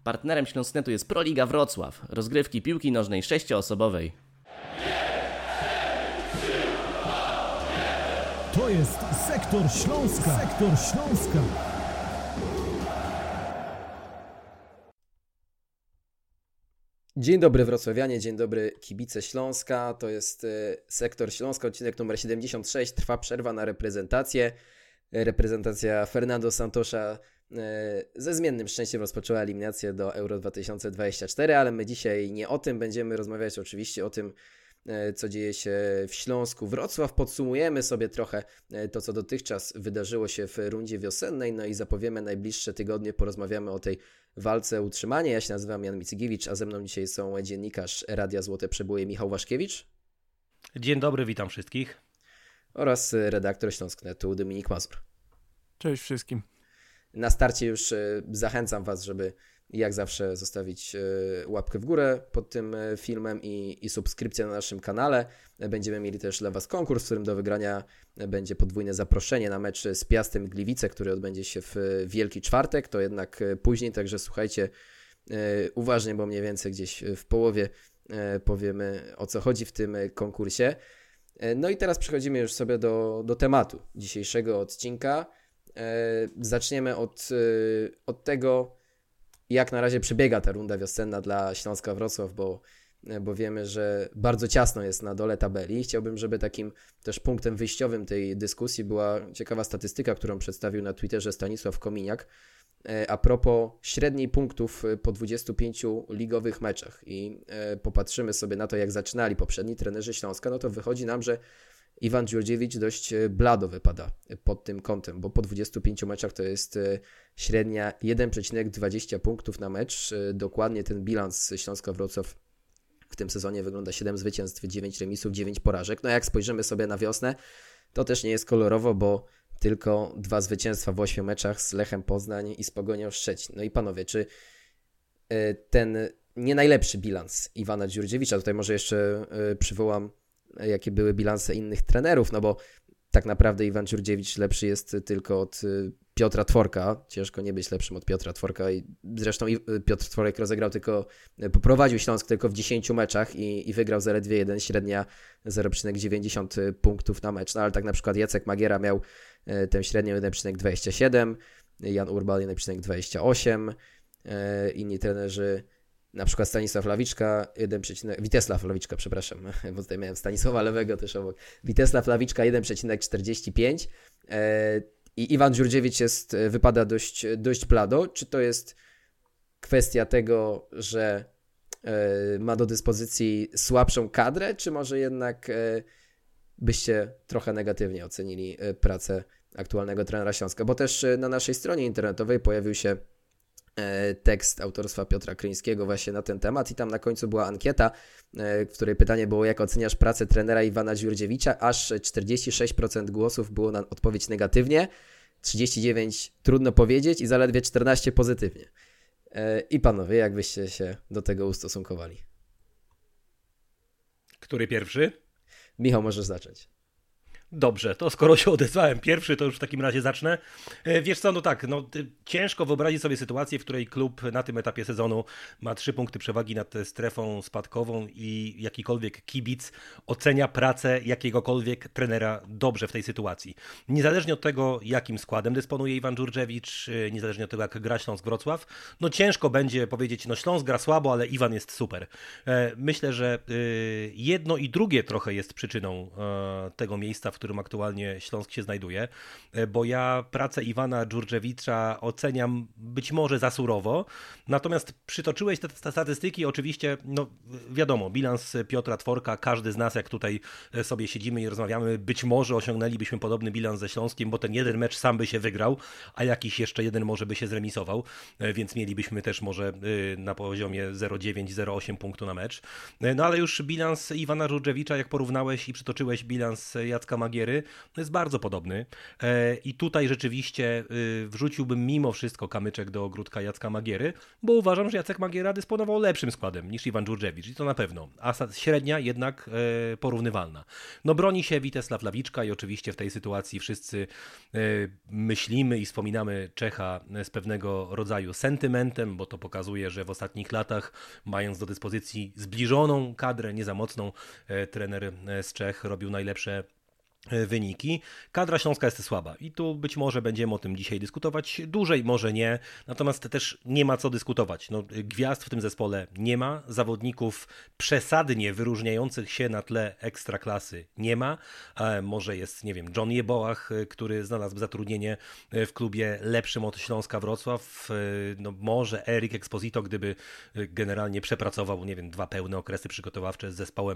Partnerem Śląsknetu jest Proliga Wrocław, rozgrywki piłki nożnej 6-osobowej. To jest Sektor Śląska. Sektor Śląska. Dzień dobry wrocławianie, dzień dobry kibice Śląska. To jest Sektor Śląska, odcinek numer 76. Trwa przerwa na reprezentację. Reprezentacja Fernando Santosza ze zmiennym szczęściem rozpoczęła eliminację do Euro 2024, ale my dzisiaj nie o tym będziemy rozmawiać, oczywiście o tym, co dzieje się w Śląsku Wrocław. Podsumujemy sobie trochę to, co dotychczas wydarzyło się w rundzie wiosennej, no i zapowiemy najbliższe tygodnie, porozmawiamy o tej walce o utrzymanie. Ja się nazywam Jan Micygiewicz, a ze mną dzisiaj są dziennikarz Radia Złote Przeboje Michał Waszkiewicz. Dzień dobry, witam wszystkich. Oraz redaktor Śląsknetu Dominik Mazur. Cześć wszystkim. Na starcie już zachęcam Was, żeby jak zawsze zostawić łapkę w górę pod tym filmem i subskrypcję na naszym kanale. Będziemy mieli też dla Was konkurs, w którym do wygrania będzie podwójne zaproszenie na mecz z Piastem Gliwice, który odbędzie się w Wielki Czwartek, to jednak później, także słuchajcie uważnie, bo mniej więcej gdzieś w połowie powiemy, o co chodzi w tym konkursie. No i teraz przechodzimy już sobie do tematu dzisiejszego odcinka. Zaczniemy od tego, jak na razie przebiega ta runda wiosenna dla Śląska Wrocław, bo wiemy, że bardzo ciasno jest na dole tabeli. Chciałbym, żeby takim też punktem wyjściowym tej dyskusji była ciekawa statystyka, którą przedstawił na Twitterze Stanisław Kominiak a propos średniej punktów po 25 ligowych meczach. I popatrzymy sobie na to, jak zaczynali poprzedni trenerzy Śląska, no to wychodzi nam, że Iwan Dziurdziewicz dość blado wypada pod tym kątem, bo po 25 meczach to jest średnia 1,20 punktów na mecz. Dokładnie ten bilans Śląska Wrocław w tym sezonie wygląda: 7 zwycięstw, 9 remisów, 9 porażek. No jak spojrzymy sobie na wiosnę, to też nie jest kolorowo, bo tylko 2 zwycięstwa w 8 meczach z Lechem Poznań i z Pogonią Szczecin. No i panowie, czy ten nie najlepszy bilans Iwana Dziurdziewicza, tutaj może jeszcze przywołam, jakie były bilanse innych trenerów, no bo tak naprawdę Iwan Dziurdziewicz lepszy jest tylko od Piotra Tworka. Ciężko nie być lepszym od Piotra Tworka i zresztą Piotr Tworek poprowadził Śląsk tylko w 10 meczach i wygrał zaledwie 1, średnia 0,90 punktów na mecz. No ale tak na przykład Jacek Magiera miał tę średnią 1,27, Jan Urbal 1,28, inni trenerzy, na przykład Stanisław Lawiczka, Witesław Lawiczka, przepraszam, bo tutaj miałem Stanisława Lewego też obok. Witesław Lawiczka 1,45 i Iwan Dziurdziewicz wypada dość blado. Czy to jest kwestia tego, że ma do dyspozycji słabszą kadrę, czy może jednak byście trochę negatywnie ocenili pracę aktualnego trenera Śląska? Bo też na naszej stronie internetowej pojawił się tekst autorstwa Piotra Kryńskiego właśnie na ten temat i tam na końcu była ankieta, w której pytanie było: jak oceniasz pracę trenera Iwana Dziurdziewicza? Aż 46% głosów było na odpowiedź negatywnie, 39% trudno powiedzieć i zaledwie 14% pozytywnie. I panowie, jak byście się do tego ustosunkowali? Który pierwszy? Michał, możesz zacząć. Dobrze, to skoro się odezwałem pierwszy, to już w takim razie zacznę. Wiesz co, ciężko wyobrazić sobie sytuację, w której klub na tym etapie sezonu ma 3 punkty przewagi nad strefą spadkową i jakikolwiek kibic ocenia pracę jakiegokolwiek trenera dobrze w tej sytuacji. Niezależnie od tego, jakim składem dysponuje Iwan Dziurdziewicz, niezależnie od tego, jak gra Śląsk Wrocław, ciężko będzie powiedzieć, Śląsk gra słabo, ale Iwan jest super. Myślę, że jedno i drugie trochę jest przyczyną tego miejsca, w którym aktualnie Śląsk się znajduje, bo ja pracę Iwana Dziurdziewicza oceniam być może za surowo, natomiast przytoczyłeś te statystyki, oczywiście, wiadomo, bilans Piotra Tworka, każdy z nas, jak tutaj sobie siedzimy i rozmawiamy, być może osiągnęlibyśmy podobny bilans ze Śląskiem, bo ten jeden mecz sam by się wygrał, a jakiś jeszcze jeden może by się zremisował, więc mielibyśmy też może na poziomie 0,9-0,8 punktu na mecz. No ale już bilans Iwana Dziurdziewicza, jak porównałeś i przytoczyłeś bilans Jacka Magiery Magiery jest bardzo podobny i tutaj rzeczywiście wrzuciłbym mimo wszystko kamyczek do ogródka Jacka Magiery, bo uważam, że Jacek Magiera dysponował lepszym składem niż Iwan Dżurdżewicz i to na pewno, a średnia jednak porównywalna. No broni się Witesław Lawiczka i oczywiście w tej sytuacji wszyscy myślimy i wspominamy Czecha z pewnego rodzaju sentymentem, bo to pokazuje, że w ostatnich latach, mając do dyspozycji zbliżoną kadrę, nie za mocną, trener z Czech robił najlepsze wyniki. Kadra śląska jest słaba i tu być może będziemy o tym dzisiaj dyskutować dłużej, może nie, natomiast też nie ma co dyskutować. No, gwiazd w tym zespole nie ma, zawodników przesadnie wyróżniających się na tle ekstraklasy nie ma. Może jest, nie wiem, John Jeboach, który znalazł zatrudnienie w klubie lepszym od Śląska Wrocław. No, może Erik Exposito, gdyby generalnie przepracował, nie wiem, 2 pełne okresy przygotowawcze z zespołem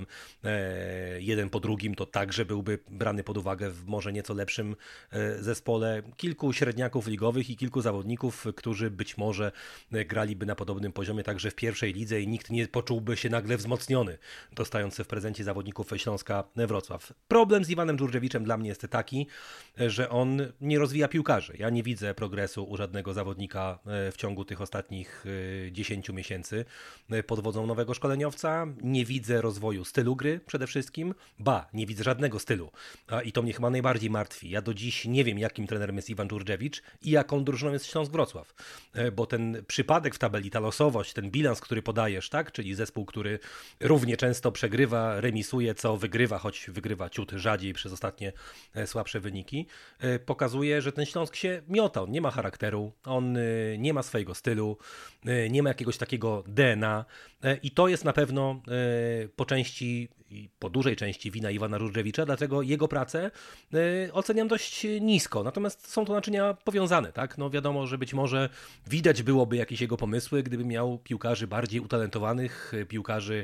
jeden po drugim, to także byłby brany pod uwagę w może nieco lepszym zespole. Kilku średniaków ligowych i kilku zawodników, którzy być może graliby na podobnym poziomie także w pierwszej lidze i nikt nie poczułby się nagle wzmocniony, dostając w prezencie zawodników Śląska Wrocław. Problem z Iwanem Dżurdżewiczem dla mnie jest taki, że on nie rozwija piłkarzy. Ja nie widzę progresu u żadnego zawodnika w ciągu tych ostatnich 10 miesięcy pod wodzą nowego szkoleniowca. Nie widzę rozwoju stylu gry przede wszystkim. Nie widzę żadnego stylu. I to mnie chyba najbardziej martwi. Ja do dziś nie wiem, jakim trenerem jest Iwan Dżurdżewicz i jaką drużyną jest Śląsk Wrocław. Bo ten przypadek w tabeli, ta losowość, ten bilans, który podajesz, tak? Czyli zespół, który równie często przegrywa, remisuje, co wygrywa, choć wygrywa ciut rzadziej przez ostatnie słabsze wyniki, pokazuje, że ten Śląsk się miota. On nie ma charakteru, on nie ma swojego stylu, nie ma jakiegoś takiego DNA i to jest na pewno po części, po dużej części wina Iwana Dżurdżewicza, dlatego jego pracę oceniam dość nisko. Natomiast są to naczynia powiązane, tak? No wiadomo, że być może widać byłoby jakieś jego pomysły, gdyby miał piłkarzy bardziej utalentowanych, piłkarzy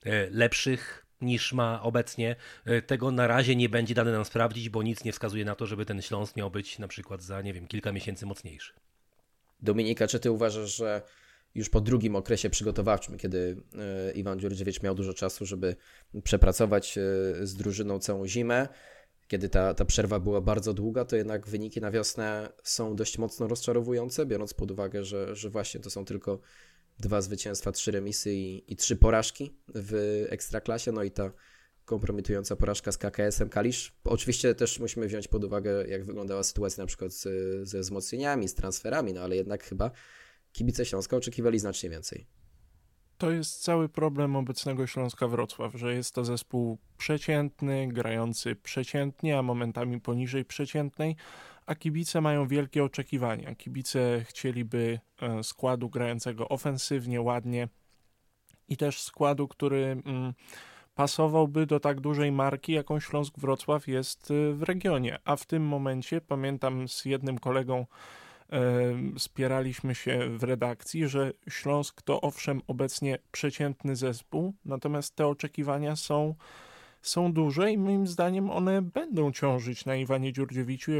lepszych niż ma obecnie. Tego na razie nie będzie dane nam sprawdzić, bo nic nie wskazuje na to, żeby ten Śląsk miał być na przykład za, nie wiem, kilka miesięcy mocniejszy. Dominika, czy ty uważasz, że już po drugim okresie przygotowawczym, kiedy Iwan Dżurdżewicz miał dużo czasu, żeby przepracować z drużyną całą zimę, kiedy ta przerwa była bardzo długa, to jednak wyniki na wiosnę są dość mocno rozczarowujące, biorąc pod uwagę, że właśnie to są tylko 2 zwycięstwa, 3 remisy i 3 porażki w Ekstraklasie, no i ta kompromitująca porażka z KKS-em Kalisz. Oczywiście też musimy wziąć pod uwagę, jak wyglądała sytuacja na przykład ze wzmocnieniami, z transferami, no ale jednak chyba kibice Śląska oczekiwali znacznie więcej. To jest cały problem obecnego Śląska Wrocław, że jest to zespół przeciętny, grający przeciętnie, a momentami poniżej przeciętnej, a kibice mają wielkie oczekiwania. Kibice chcieliby składu grającego ofensywnie, ładnie i też składu, który pasowałby do tak dużej marki, jaką Śląsk Wrocław jest w regionie. A w tym momencie, pamiętam, z jednym kolegą spieraliśmy się w redakcji, że Śląsk to owszem obecnie przeciętny zespół, natomiast te oczekiwania są duże i moim zdaniem one będą ciążyć na Iwanie Dżurdżewiciu,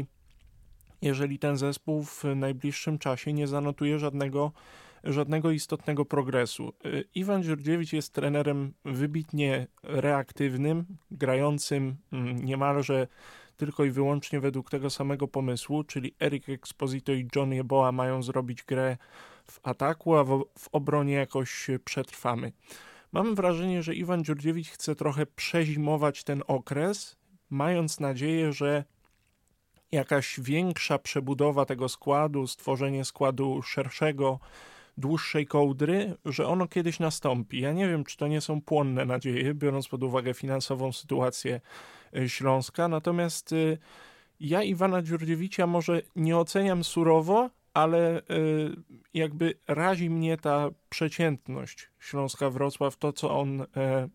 jeżeli ten zespół w najbliższym czasie nie zanotuje żadnego istotnego progresu. Iwan Dżurdżewicz jest trenerem wybitnie reaktywnym, grającym niemalże tylko i wyłącznie według tego samego pomysłu, czyli Erik Exposito i John Jeboa mają zrobić grę w ataku, a w obronie jakoś przetrwamy. Mam wrażenie, że Iwan Dżurdżewicz chce trochę przezimować ten okres, mając nadzieję, że jakaś większa przebudowa tego składu, stworzenie składu szerszego, dłuższej kołdry, że ono kiedyś nastąpi. Ja nie wiem, czy to nie są płonne nadzieje, biorąc pod uwagę finansową sytuację Śląska, natomiast ja Iwana Dżurdżewicza może nie oceniam surowo, ale jakby razi mnie ta przeciętność Śląska Wrocław, to co on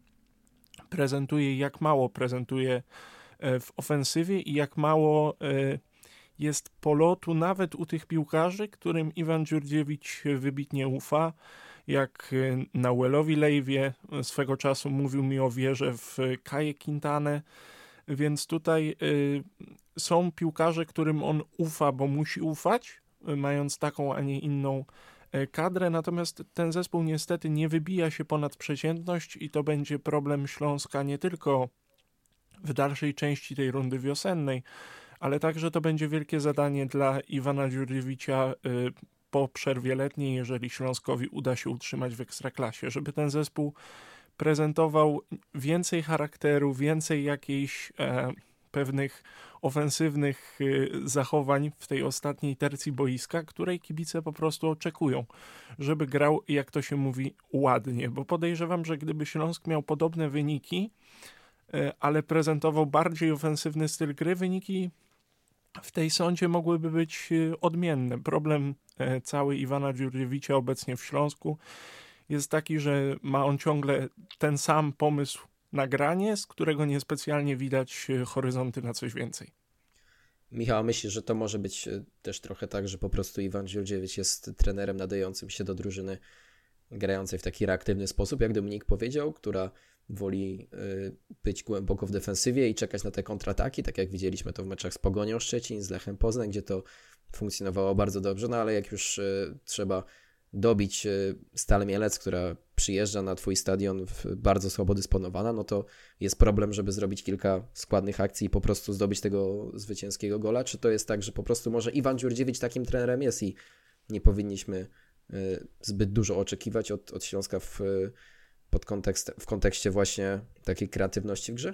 prezentuje, jak mało prezentuje w ofensywie i jak mało jest polotu nawet u tych piłkarzy, którym Iwan Dżurdżewicz wybitnie ufa. Jak Nauelowi Lejwie swego czasu mówił mi o wierze w Kaję Quintanę, więc tutaj są piłkarze, którym on ufa, bo musi ufać, mając taką, a nie inną kadrę, natomiast ten zespół niestety nie wybija się ponad przeciętność i to będzie problem Śląska nie tylko w dalszej części tej rundy wiosennej, ale także to będzie wielkie zadanie dla Iwana Dziurdziewicza po przerwie letniej, jeżeli Śląskowi uda się utrzymać w Ekstraklasie, żeby ten zespół prezentował więcej charakteru, więcej jakichś pewnych ofensywnych zachowań w tej ostatniej tercji boiska, której kibice po prostu oczekują, żeby grał, jak to się mówi, ładnie, bo podejrzewam, że gdyby Śląsk miał podobne wyniki, ale prezentował bardziej ofensywny styl gry, wyniki w tej sądzie mogłyby być odmienne. Problem cały Iwana Dziurdziewicza obecnie w Śląsku jest taki, że ma on ciągle ten sam pomysł na granie, z którego niespecjalnie widać horyzonty na coś więcej. Michał, myślisz, że to może być też trochę tak, że po prostu Iwan Dziurdziewicz jest trenerem nadającym się do drużyny grającej w taki reaktywny sposób, jak Dominik powiedział, która woli być głęboko w defensywie i czekać na te kontrataki, tak jak widzieliśmy to w meczach z Pogonią Szczecin, z Lechem Poznań, gdzie to funkcjonowało bardzo dobrze, no ale jak już trzeba dobić Stal Mielec, która przyjeżdża na twój stadion bardzo słabo dysponowana, no to jest problem, żeby zrobić kilka składnych akcji i po prostu zdobyć tego zwycięskiego gola. Czy to jest tak, że po prostu może Iwan Dziurdziewicz takim trenerem jest i nie powinniśmy zbyt dużo oczekiwać od Śląska w kontekście właśnie takiej kreatywności w grze?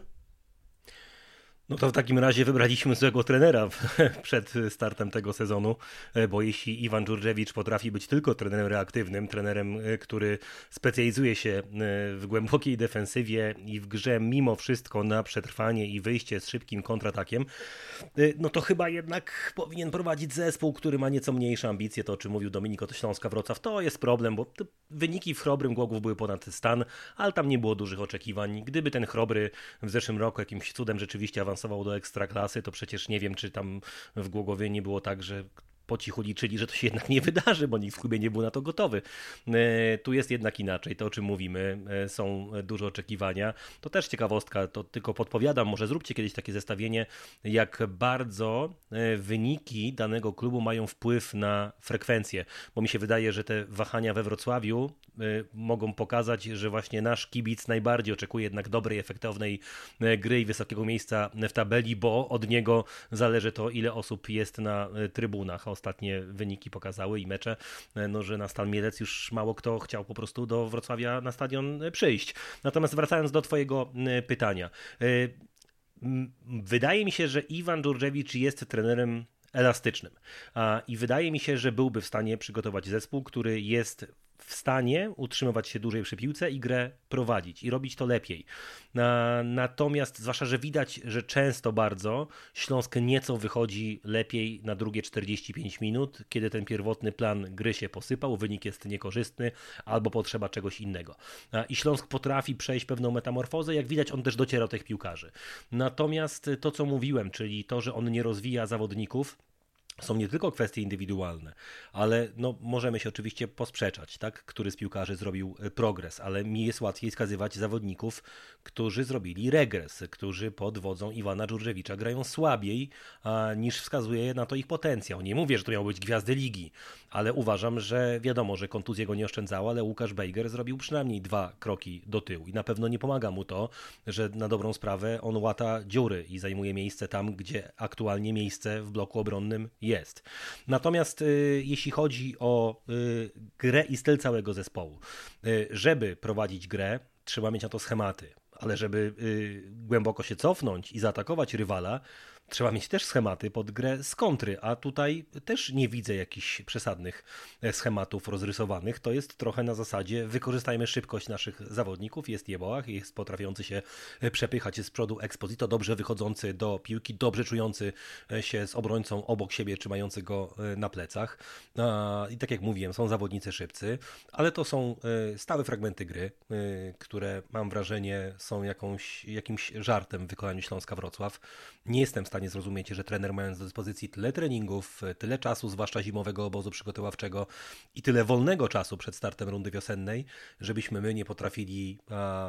No to w takim razie wybraliśmy złego trenera przed startem tego sezonu, bo jeśli Iwan Dziurdziewicz potrafi być tylko trenerem reaktywnym, trenerem, który specjalizuje się w głębokiej defensywie i w grze mimo wszystko na przetrwanie i wyjście z szybkim kontratakiem, no to chyba jednak powinien prowadzić zespół, który ma nieco mniejsze ambicje, to o czym mówił Dominik od Śląska Wrocław. To jest problem, bo wyniki w Chrobrym Głogów były ponad stan, ale tam nie było dużych oczekiwań. Gdyby ten Chrobry w zeszłym roku jakimś cudem rzeczywiście awansował do Ekstraklasy, to przecież nie wiem, czy tam w Głogowie nie było tak, że po cichu liczyli, że to się jednak nie wydarzy, bo nikt w klubie nie był na to gotowy. Tu jest jednak inaczej, to o czym mówimy, są duże oczekiwania. To też ciekawostka, to tylko podpowiadam, może zróbcie kiedyś takie zestawienie, jak bardzo wyniki danego klubu mają wpływ na frekwencję, bo mi się wydaje, że te wahania we Wrocławiu mogą pokazać, że właśnie nasz kibic najbardziej oczekuje jednak dobrej, efektownej gry i wysokiego miejsca w tabeli, bo od niego zależy to, ile osób jest na trybunach. Ostatnie wyniki pokazały i mecze, no, że na Stal Mielec już mało kto chciał po prostu do Wrocławia na stadion przyjść. Natomiast wracając do twojego pytania. Wydaje mi się, że Iwan Dziurdziewicz jest trenerem elastycznym i wydaje mi się, że byłby w stanie przygotować zespół, który jest w stanie utrzymywać się dłużej przy piłce i grę prowadzić i robić to lepiej. Natomiast zwłaszcza, że widać, że często bardzo Śląsk nieco wychodzi lepiej na drugie 45 minut, kiedy ten pierwotny plan gry się posypał, wynik jest niekorzystny albo potrzeba czegoś innego. I Śląsk potrafi przejść pewną metamorfozę, jak widać on też dociera do tych piłkarzy. Natomiast to, co mówiłem, czyli to, że on nie rozwija zawodników, są nie tylko kwestie indywidualne, ale no, możemy się oczywiście posprzeczać, tak? Który z piłkarzy zrobił progres, ale mi jest łatwiej wskazywać zawodników, którzy zrobili regres, którzy pod wodzą Iwana Dziurdziewicza grają słabiej niż wskazuje na to ich potencjał. Nie mówię, że to miały być gwiazdy ligi, ale uważam, że wiadomo, że kontuzja go nie oszczędzała, ale Łukasz Bejger zrobił przynajmniej 2 kroki do tyłu i na pewno nie pomaga mu to, że na dobrą sprawę on łata dziury i zajmuje miejsce tam, gdzie aktualnie miejsce w bloku obronnym jest. Natomiast jeśli chodzi o grę i styl całego zespołu, żeby prowadzić grę, trzeba mieć na to schematy, ale żeby głęboko się cofnąć i zaatakować rywala, trzeba mieć też schematy pod grę z kontry, a tutaj też nie widzę jakichś przesadnych schematów rozrysowanych. To jest trochę na zasadzie wykorzystajmy szybkość naszych zawodników, jest Jeboach, jest potrafiący się przepychać z przodu Exposito, dobrze wychodzący do piłki, dobrze czujący się z obrońcą obok siebie, trzymający go na plecach. I tak jak mówiłem, są zawodnicy szybcy, ale to są stałe fragmenty gry, które mam wrażenie są jakimś żartem w wykonaniu Śląska Wrocław. Nie jestem w stanie zrozumieć, że trener mając do dyspozycji tyle treningów, tyle czasu, zwłaszcza zimowego obozu przygotowawczego i tyle wolnego czasu przed startem rundy wiosennej, żebyśmy my nie potrafili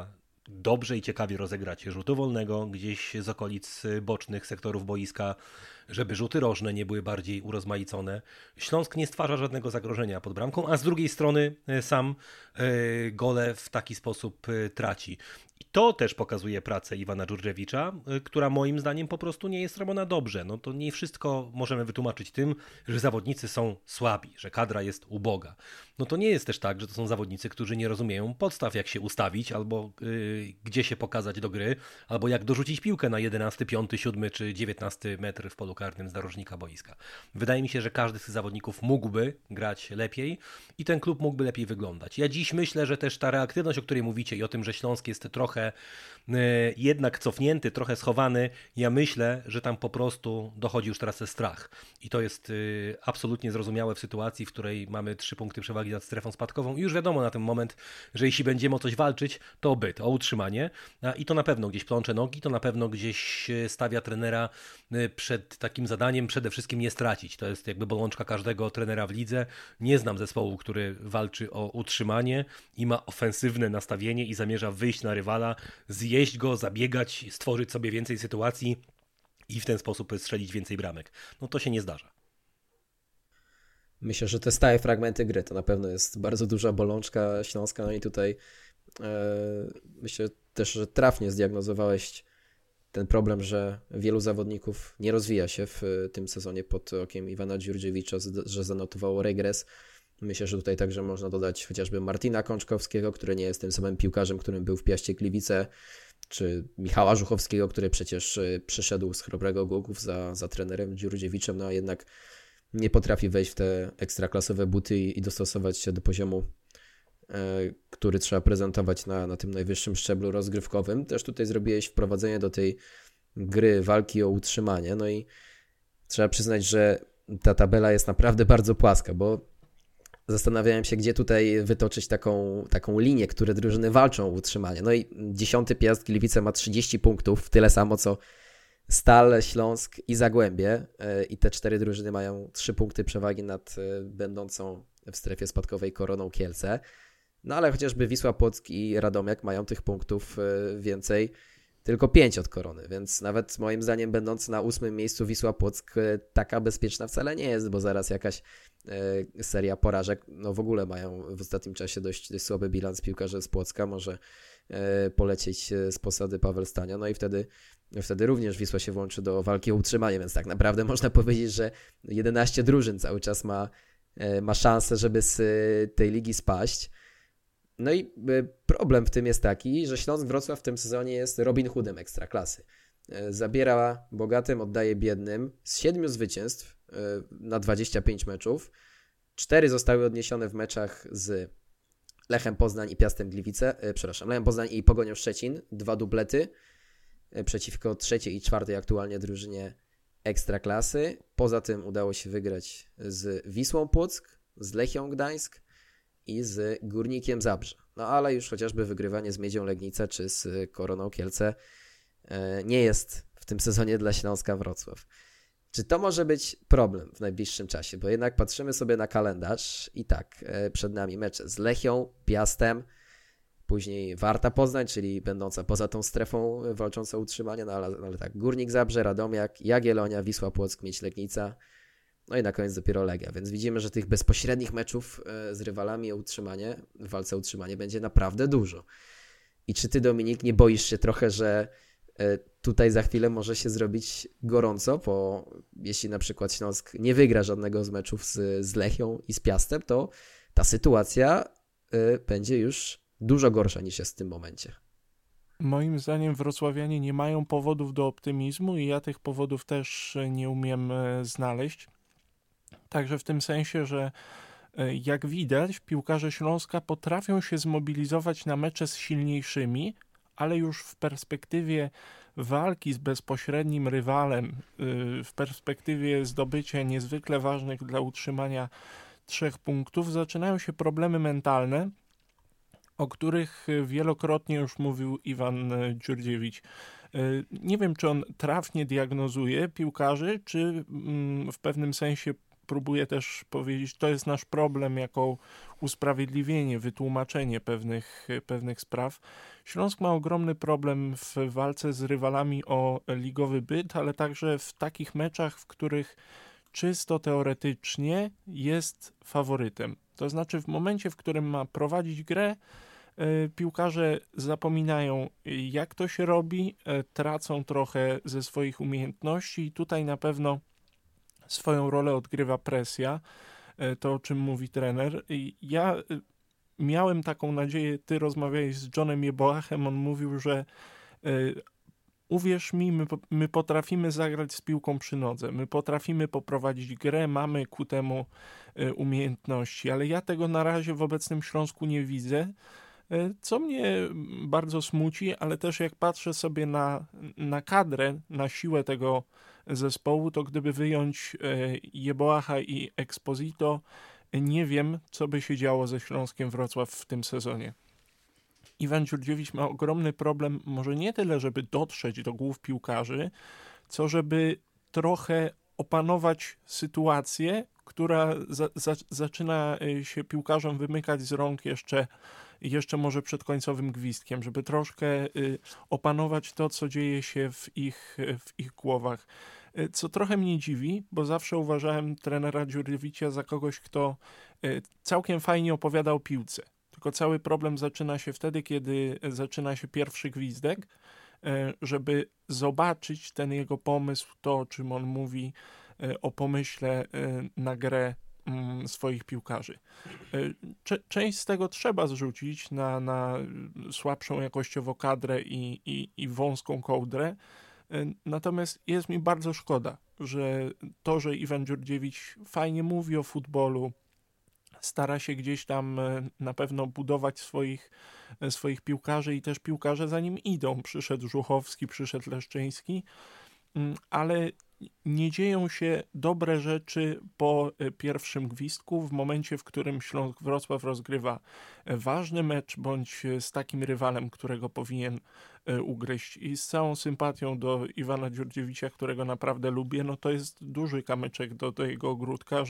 dobrze i ciekawie rozegrać rzutu wolnego gdzieś z okolic bocznych sektorów boiska, żeby rzuty rożne nie były bardziej urozmaicone. Śląsk nie stwarza żadnego zagrożenia pod bramką, a z drugiej strony sam gole w taki sposób traci. I to też pokazuje pracę Iwana Dżurdżewicza, która moim zdaniem po prostu nie jest robiona dobrze. No to nie wszystko możemy wytłumaczyć tym, że zawodnicy są słabi, że kadra jest uboga. No to nie jest też tak, że to są zawodnicy, którzy nie rozumieją podstaw, jak się ustawić, albo gdzie się pokazać do gry, albo jak dorzucić piłkę na 11, 5, 7 czy 19 metr w polu karnym z narożnika boiska. Wydaje mi się, że każdy z tych zawodników mógłby grać lepiej i ten klub mógłby lepiej wyglądać. Ja dziś myślę, że też ta reaktywność, o której mówicie i o tym, że Śląsk jest trochę jednak cofnięty, trochę schowany, ja myślę, że tam po prostu dochodzi już teraz strach. I to jest absolutnie zrozumiałe w sytuacji, w której mamy 3 punkty przewagi nad strefą spadkową i już wiadomo na ten moment, że jeśli będziemy o coś walczyć, to o byt, o utrzymanie i to na pewno gdzieś plącze nogi, to na pewno gdzieś stawia trenera przed takim zadaniem przede wszystkim nie stracić. To jest jakby bolączka każdego trenera w lidze. Nie znam zespołu, który walczy o utrzymanie i ma ofensywne nastawienie i zamierza wyjść na rywala, zjeść go, zabiegać, stworzyć sobie więcej sytuacji i w ten sposób strzelić więcej bramek. No to się nie zdarza. Myślę, że te stałe fragmenty gry to na pewno jest bardzo duża bolączka Śląska, no i tutaj myślę też, że trafnie zdiagnozowałeś ten problem, że wielu zawodników nie rozwija się w tym sezonie pod okiem Iwana Dżurdżewicza, że zanotowało regres. Myślę, że tutaj także można dodać chociażby Martina Kączkowskiego, który nie jest tym samym piłkarzem, którym był w Piaście Gliwice, czy Michała Żuchowskiego, który przecież przyszedł z Chrobrego Głogów za trenerem Dżurdziewiczem, no a jednak nie potrafi wejść w te ekstraklasowe buty i dostosować się do poziomu, który trzeba prezentować na tym najwyższym szczeblu rozgrywkowym. Też tutaj zrobiłeś wprowadzenie do tej gry walki o utrzymanie, no i trzeba przyznać, że ta tabela jest naprawdę bardzo płaska, bo zastanawiałem się, gdzie tutaj wytoczyć taką linię, które drużyny walczą o utrzymanie. No i 10. Piast Gliwice ma 30 punktów, tyle samo co Stal, Śląsk i Zagłębie i te 4 drużyny mają 3 punkty przewagi nad będącą w strefie spadkowej Koroną Kielce. No ale chociażby Wisła Płock i Radomiak mają tych punktów więcej, tylko 5 od Korony, więc nawet moim zdaniem będąc na 8. miejscu Wisła Płock taka bezpieczna wcale nie jest, bo zaraz jakaś seria porażek, no w ogóle mają w ostatnim czasie dość słaby bilans piłkarze z Płocka, może polecieć z posady Paweł Stania, no i wtedy również Wisła się włączy do walki o utrzymanie, więc tak naprawdę można powiedzieć, że 11 drużyn cały czas ma szansę, żeby z tej ligi spaść. No i problem w tym jest taki, że Śląsk Wrocław w tym sezonie jest Robin Hoodem Ekstraklasy. Zabiera bogatym, oddaje biednym. Z 7 zwycięstw na 25 meczów 4 zostały odniesione w meczach z Lechem Poznań i Piastem Gliwice. Lechem Poznań i Pogonią Szczecin. 2 dublety przeciwko 3. i 4. aktualnie drużynie Ekstraklasy. Poza tym udało się wygrać z Wisłą Płock, z Lechią Gdańsk i z Górnikiem Zabrze. No ale już chociażby wygrywanie z Miedzią Legnica czy z Koroną Kielce nie jest w tym sezonie dla Śląska Wrocław. Czy to może być problem w najbliższym czasie? Bo jednak patrzymy sobie na kalendarz i tak, przed nami mecze z Lechią, Piastem, później Warta Poznań, czyli będąca poza tą strefą walcząca o utrzymanie, no ale tak, Górnik Zabrze, Radomiak, Jagiellonia, Wisła Płock, Miedź Legnica, no i na koniec dopiero Legia, więc widzimy, że tych bezpośrednich meczów z rywalami o utrzymanie, w walce o utrzymanie będzie naprawdę dużo. I czy ty, Dominik, nie boisz się trochę, że tutaj za chwilę może się zrobić gorąco, bo jeśli na przykład Śląsk nie wygra żadnego z meczów z Lechią i z Piastem, to ta sytuacja będzie już dużo gorsza niż jest w tym momencie. Moim zdaniem wrocławianie nie mają powodów do optymizmu i ja tych powodów też nie umiem znaleźć. Także w tym sensie, że jak widać, piłkarze Śląska potrafią się zmobilizować na mecze z silniejszymi, ale już w perspektywie walki z bezpośrednim rywalem, w perspektywie zdobycia niezwykle ważnych dla utrzymania 3 punktów, zaczynają się problemy mentalne, o których wielokrotnie już mówił Iwan Dżurdziewicz. Nie wiem, czy on trafnie diagnozuje piłkarzy, czy w pewnym sensie próbuję też powiedzieć, to jest nasz problem jako usprawiedliwienie, wytłumaczenie pewnych spraw. Śląsk ma ogromny problem w walce z rywalami o ligowy byt, ale także w takich meczach, w których czysto teoretycznie jest faworytem. To znaczy w momencie, w którym ma prowadzić grę, piłkarze zapominają, jak to się robi, tracą trochę ze swoich umiejętności i tutaj na pewno swoją rolę odgrywa presja, to o czym mówi trener. Ja miałem taką nadzieję, ty rozmawiałeś z Johnem Jeboachem, on mówił, że uwierz mi, my potrafimy zagrać z piłką przy nodze, my potrafimy poprowadzić grę, mamy ku temu umiejętności, ale ja tego na razie w obecnym Śląsku nie widzę, co mnie bardzo smuci, ale też jak patrzę sobie na kadrę, na siłę tego zespołu, to gdyby wyjąć Jeboacha i Exposito, nie wiem, co by się działo ze Śląskiem Wrocław w tym sezonie. Iwan Dziurdziewicz ma ogromny problem, może nie tyle, żeby dotrzeć do głów piłkarzy, co żeby trochę opanować sytuację, która zaczyna się piłkarzom wymykać z rąk jeszcze może przed końcowym gwizdkiem, żeby troszkę opanować to, co dzieje się w ich głowach. Co trochę mnie dziwi, bo zawsze uważałem trenera Dziurdziewicza za kogoś, kto całkiem fajnie opowiada o piłce. Tylko cały problem zaczyna się wtedy, kiedy zaczyna się pierwszy gwizdek, żeby zobaczyć ten jego pomysł, to o czym on mówi, o pomyśle na grę swoich piłkarzy. Część z tego trzeba zrzucić na słabszą jakościowo kadrę i wąską kołdrę, natomiast jest mi bardzo szkoda, że Iwan Dziurdziewicz fajnie mówi o futbolu, stara się gdzieś tam na pewno budować swoich piłkarzy i też piłkarze za nim idą. Przyszedł Żuchowski, przyszedł Leszczyński, ale nie dzieją się dobre rzeczy po pierwszym gwizdku, w momencie, w którym Śląsk Wrocław rozgrywa ważny mecz, bądź z takim rywalem, którego powinien ugryźć. I z całą sympatią do Iwana Dziurdziewicza, którego naprawdę lubię, no to jest duży kamyczek do jego ogródka,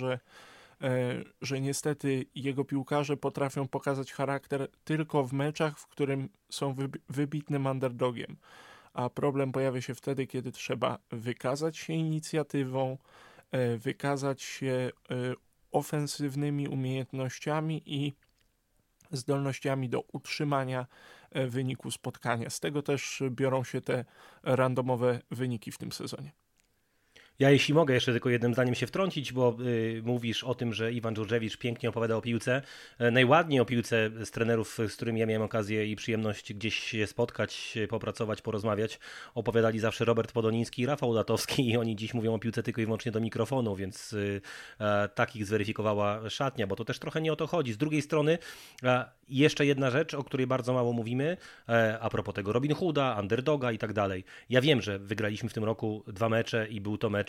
że niestety jego piłkarze potrafią pokazać charakter tylko w meczach, w którym są wybitnym underdogiem. A problem pojawia się wtedy, kiedy trzeba wykazać się inicjatywą, wykazać się ofensywnymi umiejętnościami i zdolnościami do utrzymania wyniku spotkania. Z tego też biorą się te randomowe wyniki w tym sezonie. Ja jeśli mogę jeszcze tylko jednym zdaniem się wtrącić, bo mówisz o tym, że Iwan Dziurdziewicz pięknie opowiada o piłce. Najładniej o piłce z trenerów, z którymi ja miałem okazję i przyjemność gdzieś się spotkać, popracować, porozmawiać, opowiadali zawsze Robert Podoniński i Rafał Latowski i oni dziś mówią o piłce tylko i wyłącznie do mikrofonu, więc takich zweryfikowała szatnia, bo to też trochę nie o to chodzi. Z drugiej strony jeszcze jedna rzecz, o której bardzo mało mówimy, a propos tego Robin Hooda, underdoga i tak dalej. Ja wiem, że wygraliśmy w tym roku 2 mecze i był to mecz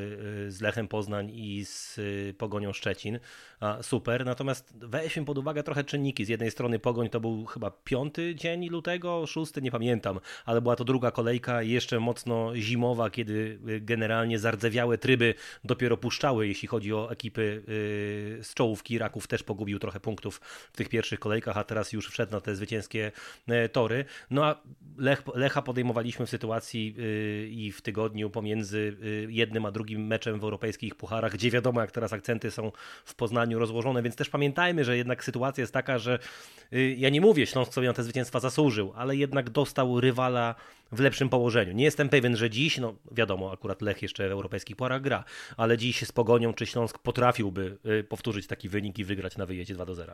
z Lechem Poznań i z Pogonią Szczecin. Super, natomiast weźmy pod uwagę trochę czynniki. Z jednej strony Pogoń to był chyba 5 dzień lutego, 6, nie pamiętam, ale była to druga kolejka, jeszcze mocno zimowa, kiedy generalnie zardzewiałe tryby dopiero puszczały, jeśli chodzi o ekipy z czołówki. Raków też pogubił trochę punktów w tych pierwszych kolejkach, a teraz już wszedł na te zwycięskie tory. No a Lecha podejmowaliśmy w sytuacji i w tygodniu pomiędzy jednym a drugim meczem w europejskich pucharach, gdzie wiadomo, jak teraz akcenty są w Poznaniu rozłożone, więc też pamiętajmy, że jednak sytuacja jest taka, że ja nie mówię, Śląsk sobie na te zwycięstwa zasłużył, ale jednak dostał rywala w lepszym położeniu. Nie jestem pewien, że dziś, no wiadomo, akurat Lech jeszcze w europejskich pucharach gra, ale dziś z Pogonią czy Śląsk potrafiłby powtórzyć taki wynik i wygrać na wyjeździe 2-0.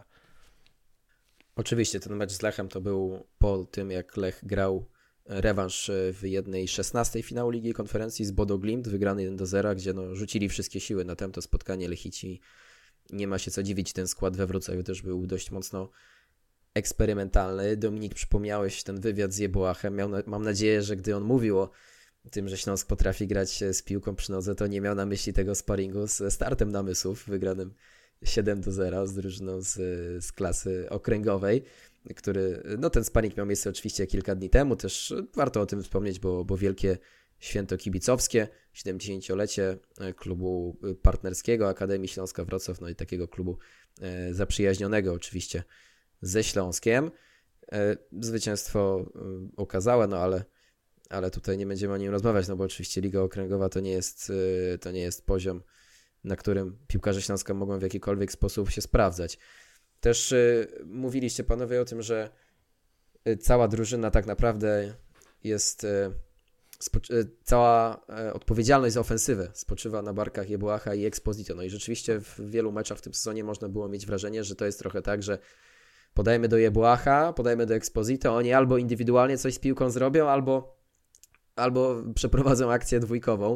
Oczywiście ten mecz z Lechem to był po tym, jak Lech grał rewanż w 1/16 finału Ligi Konferencji z Bodo Glimt, wygrany 1-0, gdzie rzucili wszystkie siły na tamto spotkanie Lechici. Nie ma się co dziwić, ten skład we Wrocławiu też był dość mocno eksperymentalny. Dominik, przypomniałeś ten wywiad z Jeboachem. Mam nadzieję, że gdy on mówił o tym, że Śląsk potrafi grać z piłką przy nodze, to nie miał na myśli tego sparingu z Startem Namysłów, wygranym 7-0 z drużyną z klasy okręgowej, który, ten sparring miał miejsce oczywiście kilka dni temu, też warto o tym wspomnieć, bo wielkie święto kibicowskie, 70-lecie klubu partnerskiego Akademii Śląska Wrocław, no i takiego klubu zaprzyjaźnionego oczywiście ze Śląskiem. Zwycięstwo okazałe, no ale tutaj nie będziemy o nim rozmawiać, no bo oczywiście Liga Okręgowa to nie jest poziom, na którym piłkarze Śląska mogą w jakikolwiek sposób się sprawdzać. Też mówiliście panowie o tym, że cała drużyna tak naprawdę jest, cała odpowiedzialność za ofensywę spoczywa na barkach Jebłacha i Exposito. No i rzeczywiście w wielu meczach w tym sezonie można było mieć wrażenie, że to jest trochę tak, że podajemy do Jebłacha, podajemy do Exposito, oni albo indywidualnie coś z piłką zrobią, albo przeprowadzą akcję dwójkową.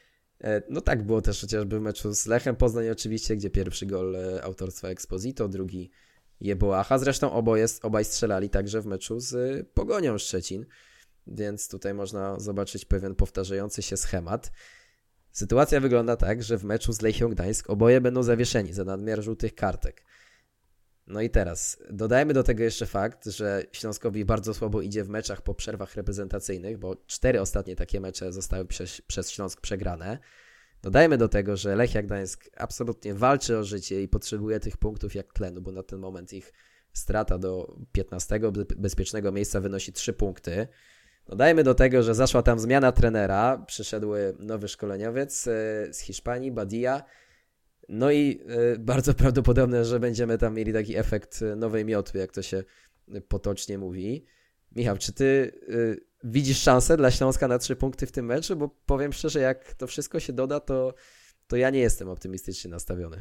No tak było też chociażby w meczu z Lechem Poznań oczywiście, gdzie pierwszy gol autorstwa Exposito, drugi Jebłacha. Zresztą obaj strzelali także w meczu z Pogonią Szczecin, więc tutaj można zobaczyć pewien powtarzający się schemat. Sytuacja wygląda tak, że w meczu z Lechią Gdańsk oboje będą zawieszeni za nadmiar żółtych kartek. No i teraz dodajmy do tego jeszcze fakt, że Śląskowi bardzo słabo idzie w meczach po przerwach reprezentacyjnych, bo 4 ostatnie takie mecze zostały przez Śląsk przegrane. Dodajmy do tego, że Lechia Gdańsk absolutnie walczy o życie i potrzebuje tych punktów jak tlenu, bo na ten moment ich strata do 15 bezpiecznego miejsca wynosi 3 punkty. Dodajmy do tego, że zaszła tam zmiana trenera, przyszedł nowy szkoleniowiec z Hiszpanii, Badia. No i bardzo prawdopodobne, że będziemy tam mieli taki efekt nowej miotły, jak to się potocznie mówi. Michał, czy ty widzisz szansę dla Śląska na 3 punkty w tym meczu? Bo powiem szczerze, jak to wszystko się doda, to ja nie jestem optymistycznie nastawiony.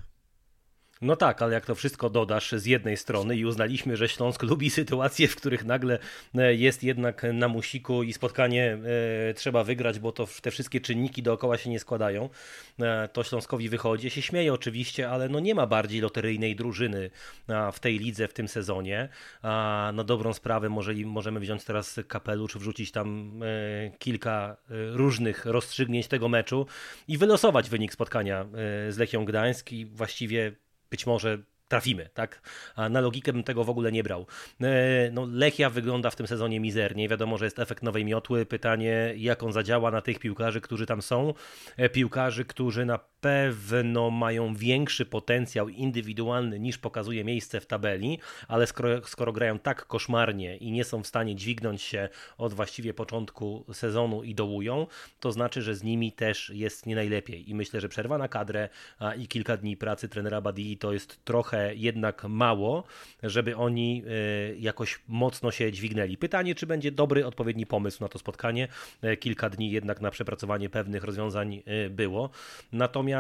No tak, ale jak to wszystko dodasz z jednej strony i uznaliśmy, że Śląsk lubi sytuacje, w których nagle jest jednak na musiku i spotkanie trzeba wygrać, bo to te wszystkie czynniki dookoła się nie składają, to Śląskowi wychodzi. Się śmieje oczywiście, ale no nie ma bardziej loteryjnej drużyny w tej lidze w tym sezonie. Na dobrą sprawę możemy wziąć teraz kapelusz, wrzucić tam kilka różnych rozstrzygnięć tego meczu i wylosować wynik spotkania z Lechią Gdańsk i właściwie być może trafimy, tak? A na logikę bym tego w ogóle nie brał. No, Lechia wygląda w tym sezonie mizernie. Wiadomo, że jest efekt nowej miotły. Pytanie, jak on zadziała na tych piłkarzy, którzy tam są. Piłkarzy, którzy na pewno mają większy potencjał indywidualny niż pokazuje miejsce w tabeli, ale skoro grają tak koszmarnie i nie są w stanie dźwignąć się od właściwie początku sezonu i dołują, to znaczy, że z nimi też jest nie najlepiej. I myślę, że przerwa na kadrę i kilka dni pracy trenera Badii to jest trochę jednak mało, żeby oni jakoś mocno się dźwignęli. Pytanie, czy będzie dobry, odpowiedni pomysł na to spotkanie. Kilka dni jednak na przepracowanie pewnych rozwiązań było. Natomiast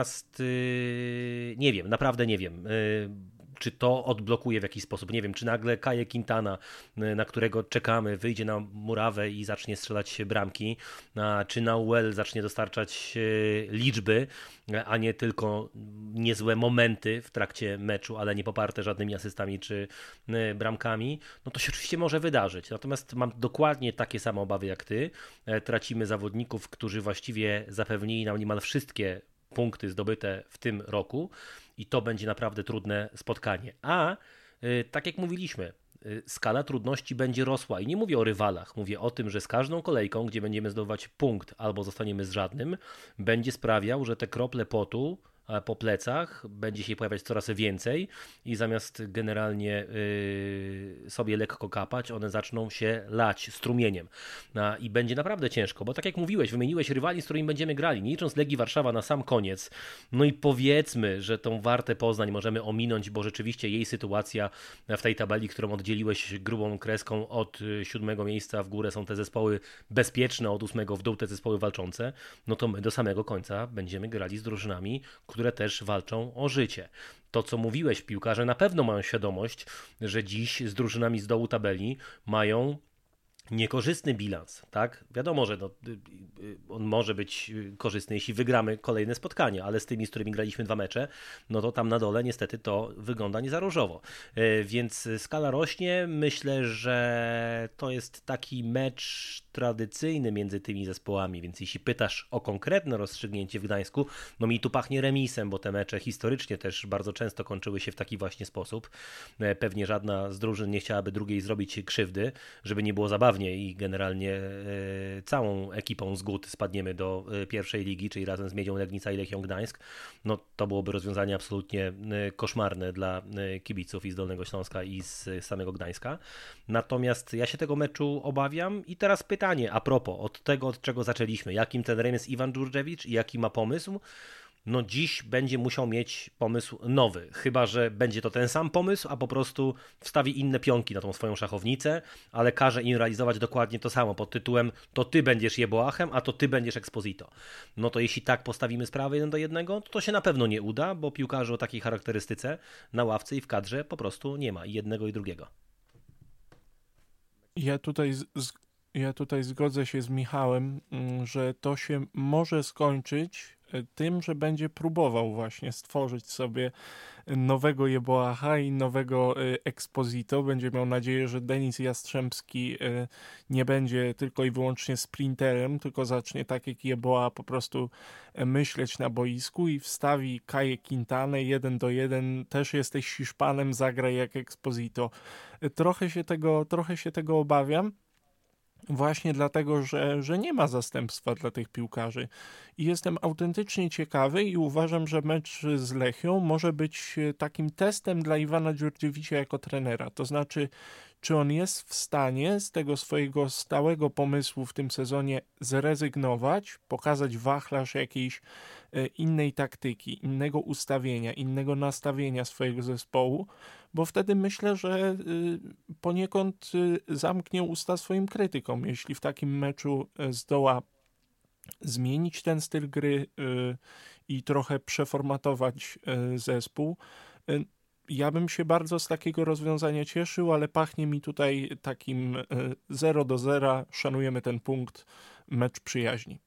nie wiem, naprawdę nie wiem, czy to odblokuje w jakiś sposób. Nie wiem, czy nagle Kaje Quintana, na którego czekamy, wyjdzie na murawę i zacznie strzelać bramki, czy Nauel zacznie dostarczać liczby, a nie tylko niezłe momenty w trakcie meczu, ale nie poparte żadnymi asystami czy bramkami, no to się oczywiście może wydarzyć. Natomiast mam dokładnie takie same obawy jak ty. Tracimy zawodników, którzy właściwie zapewnili nam niemal wszystkie punkty zdobyte w tym roku i to będzie naprawdę trudne spotkanie. A tak jak mówiliśmy, skala trudności będzie rosła i nie mówię o rywalach, mówię o tym, że z każdą kolejką, gdzie będziemy zdobywać punkt albo zostaniemy z żadnym, będzie sprawiał, że te krople potu po plecach będzie się pojawiać coraz więcej i zamiast generalnie sobie lekko kapać, one zaczną się lać strumieniem. I będzie naprawdę ciężko, bo tak jak mówiłeś, wymieniłeś rywali, z którymi będziemy grali, nie licząc Legii Warszawa na sam koniec. No i powiedzmy, że tą Wartę Poznań możemy ominąć, bo rzeczywiście jej sytuacja w tej tabeli, którą oddzieliłeś grubą kreską od 7 miejsca w górę, są te zespoły bezpieczne, od 8 w dół te zespoły walczące, no to my do samego końca będziemy grali z drużynami, które też walczą o życie. To, co mówiłeś, piłkarze na pewno mają świadomość, że dziś z drużynami z dołu tabeli mają niekorzystny bilans, tak? Wiadomo, że on może być korzystny, jeśli wygramy kolejne spotkanie, ale z tymi, z którymi graliśmy 2 mecze, no to tam na dole niestety to wygląda nie za różowo. Więc skala rośnie. Myślę, że to jest taki mecz tradycyjny między tymi zespołami, więc jeśli pytasz o konkretne rozstrzygnięcie w Gdańsku, no mi tu pachnie remisem, bo te mecze historycznie też bardzo często kończyły się w taki właśnie sposób. Pewnie żadna z drużyn nie chciałaby drugiej zrobić krzywdy, żeby nie było zabawy sprawnie i generalnie całą ekipą z GUT spadniemy do pierwszej ligi, czyli razem z Miedzią Legnica i Lechią Gdańsk, no to byłoby rozwiązanie absolutnie koszmarne dla kibiców i z Dolnego Śląska i z samego Gdańska. Natomiast ja się tego meczu obawiam i teraz pytanie a propos od tego, od czego zaczęliśmy. Jakim trenerem jest Iwan Dżurdżewicz i jaki ma pomysł? No dziś będzie musiał mieć pomysł nowy, chyba że będzie to ten sam pomysł, a po prostu wstawi inne pionki na tą swoją szachownicę, ale każe im realizować dokładnie to samo pod tytułem to ty będziesz Jeboachem, a to ty będziesz Exposito. No to jeśli tak postawimy sprawę 1-1, to się na pewno nie uda, bo piłkarzy o takiej charakterystyce na ławce i w kadrze po prostu nie ma i jednego i drugiego. Ja tutaj zgodzę się z Michałem, że to się może skończyć tym, że będzie próbował właśnie stworzyć sobie nowego Jeboacha i nowego Exposito. Będzie miał nadzieję, że Denis Jastrzębski nie będzie tylko i wyłącznie sprinterem, tylko zacznie tak jak Jeboa po prostu myśleć na boisku i wstawi Kaję Quintanę 1-1. Też jesteś Hiszpanem, zagraj jak Exposito. Trochę się tego obawiam. Właśnie dlatego, że nie ma zastępstwa dla tych piłkarzy. I jestem autentycznie ciekawy i uważam, że mecz z Lechią może być takim testem dla Iwana Dżurdziewicza jako trenera. To znaczy, czy on jest w stanie z tego swojego stałego pomysłu w tym sezonie zrezygnować, pokazać wachlarz jakiejś innej taktyki, innego ustawienia, innego nastawienia swojego zespołu, bo wtedy myślę, że poniekąd zamknie usta swoim krytykom. Jeśli w takim meczu zdoła zmienić ten styl gry i trochę przeformatować zespół, ja bym się bardzo z takiego rozwiązania cieszył, ale pachnie mi tutaj takim 0-0, szanujemy ten punkt, mecz przyjaźni.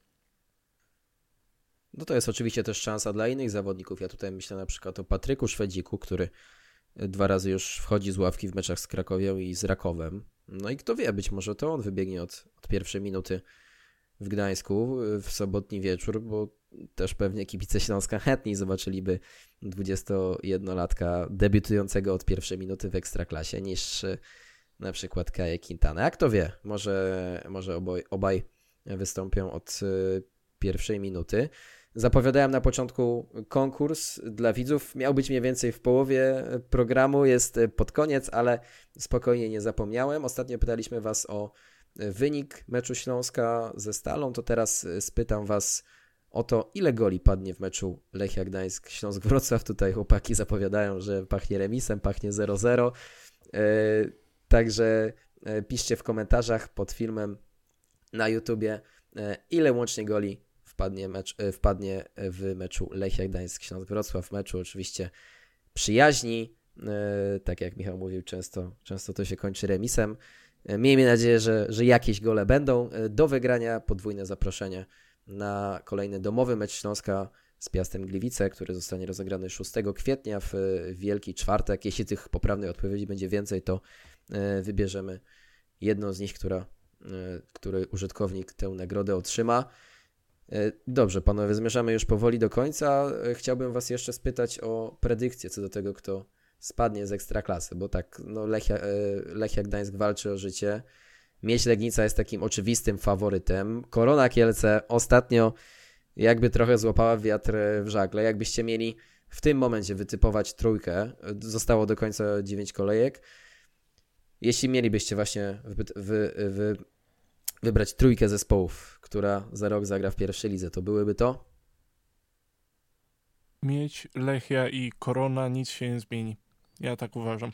No to jest oczywiście też szansa dla innych zawodników. Ja tutaj myślę na przykład o Patryku Szwedziku, który 2 razy już wchodzi z ławki w meczach z Krakowią i z Rakowem. No i kto wie, być może to on wybiegnie od pierwszej minuty w Gdańsku w sobotni wieczór, bo też pewnie kibice Śląska chętniej zobaczyliby 21-latka debiutującego od pierwszej minuty w Ekstraklasie niż na przykład Kaję Quintanę. A kto wie, może obaj wystąpią od pierwszej minuty. Zapowiadałem na początku konkurs dla widzów. Miał być mniej więcej w połowie programu, jest pod koniec, ale spokojnie nie zapomniałem. Ostatnio pytaliśmy Was o wynik meczu Śląska ze Stalą, to teraz spytam Was o to, ile goli padnie w meczu Lechia Gdańsk Śląsk Wrocław. Tutaj chłopaki zapowiadają, że pachnie remisem, pachnie 0-0. Także piszcie w komentarzach pod filmem na YouTubie, ile łącznie goli wpadnie w meczu Lechia Gdańsk Śląsk Wrocław. W meczu oczywiście przyjaźni, tak jak Michał mówił, często to się kończy remisem. Miejmy nadzieję, że jakieś gole będą. Do wygrania podwójne zaproszenie na kolejny domowy mecz Śląska z Piastem Gliwice, który zostanie rozegrany 6 kwietnia w Wielki Czwartek. Jeśli tych poprawnych odpowiedzi będzie więcej, to wybierzemy jedną z nich, który użytkownik tę nagrodę otrzyma. Dobrze, panowie, zmierzamy już powoli do końca. Chciałbym Was jeszcze spytać o predykcję co do tego, kto spadnie z Ekstraklasy, bo tak, no Lechia Gdańsk walczy o życie. Miedź Legnica jest takim oczywistym faworytem. Korona Kielce ostatnio jakby trochę złapała wiatr w żagle. Jakbyście mieli w tym momencie wytypować trójkę, zostało do końca 9 kolejek. Jeśli mielibyście właśnie wybrać trójkę zespołów, która za rok zagra w pierwszej lidze, to byłyby to? Miedź, Lechia i Korona, nic się nie zmieni. Ja tak uważam.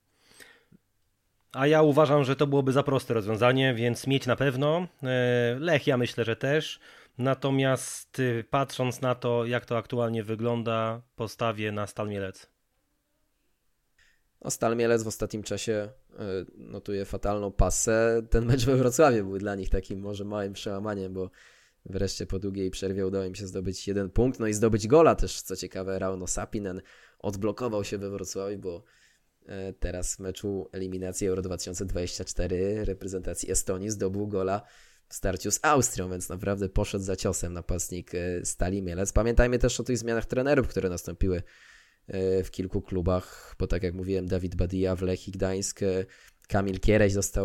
A ja uważam, że to byłoby za proste rozwiązanie, więc Miedź na pewno. Lechia myślę, że też. Natomiast patrząc na to, jak to aktualnie wygląda, postawię na Stal Mielec. No, Stal Mielec w ostatnim czasie notuje fatalną passę. Ten mecz we Wrocławiu był dla nich takim może małym przełamaniem, bo wreszcie po długiej przerwie udało im się zdobyć 1 punkt, no i zdobyć gola też, co ciekawe, Rauno Sapinen odblokował się we Wrocławiu, bo teraz w meczu eliminacji Euro 2024 reprezentacji Estonii zdobył gola w starciu z Austrią, więc naprawdę poszedł za ciosem napastnik Stali Mielec. Pamiętajmy też o tych zmianach trenerów, które nastąpiły w kilku klubach, bo tak jak mówiłem, Dawid Badija w Lechii Gdańsk, Kamil Kiereś został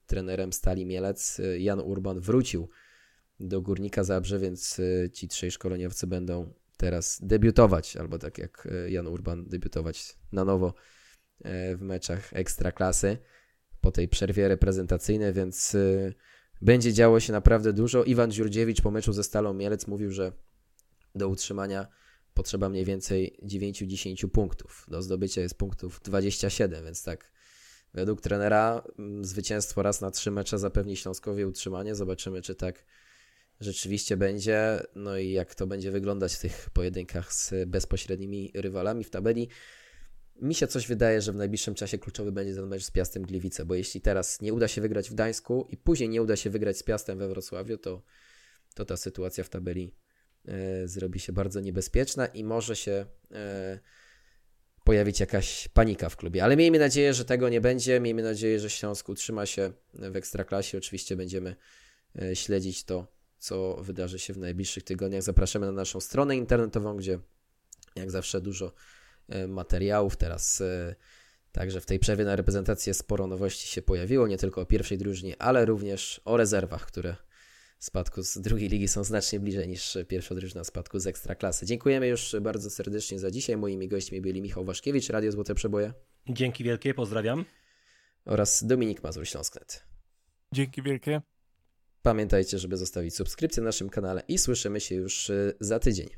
trenerem Stali Mielec. Jan Urban wrócił do Górnika Zabrze, więc ci trzej szkoleniowcy będą teraz debiutować, albo tak jak Jan Urban, debiutować na nowo w meczach Ekstraklasy po tej przerwie reprezentacyjnej, więc będzie działo się naprawdę dużo. Iwan Dziurdziewicz po meczu ze Stalą Mielec mówił, że do utrzymania potrzeba mniej więcej 9-10 punktów. Do zdobycia jest punktów 27, więc tak według trenera zwycięstwo raz na 3 mecze zapewni Śląskowi utrzymanie. Zobaczymy, czy tak rzeczywiście będzie, no i jak to będzie wyglądać w tych pojedynkach z bezpośrednimi rywalami w tabeli. Mi się coś wydaje, że w najbliższym czasie kluczowy będzie ten mecz z Piastem Gliwice, bo jeśli teraz nie uda się wygrać w Gdańsku i później nie uda się wygrać z Piastem we Wrocławiu, to ta sytuacja w tabeli zrobi się bardzo niebezpieczna i może się pojawić jakaś panika w klubie. Ale miejmy nadzieję, że tego nie będzie. Miejmy nadzieję, że Śląsk utrzyma się w Ekstraklasie. Oczywiście będziemy śledzić to, co wydarzy się w najbliższych tygodniach. Zapraszamy na naszą stronę internetową, gdzie jak zawsze dużo materiałów. Teraz także w tej przerwie na reprezentację sporo nowości się pojawiło. Nie tylko o pierwszej drużynie, ale również o rezerwach, które w spadku z drugiej ligi są znacznie bliżej niż pierwsza drużyna w spadku z Ekstraklasy. Dziękujemy już bardzo serdecznie za dzisiaj. Moimi gośćmi byli Michał Waszkiewicz, Radio Złote Przeboje. Dzięki wielkie, pozdrawiam. Oraz Dominik Mazur, Śląsk.net. Dzięki wielkie. Pamiętajcie, żeby zostawić subskrypcję na naszym kanale i słyszymy się już za tydzień.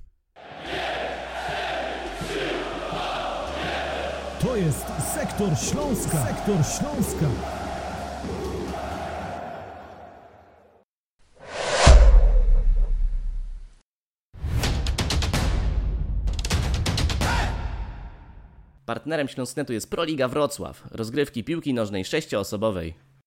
To jest Sektor Śląska. Sektor Śląska. Partnerem Śląsknetu jest Proliga Wrocław, rozgrywki piłki nożnej 6-osobowej.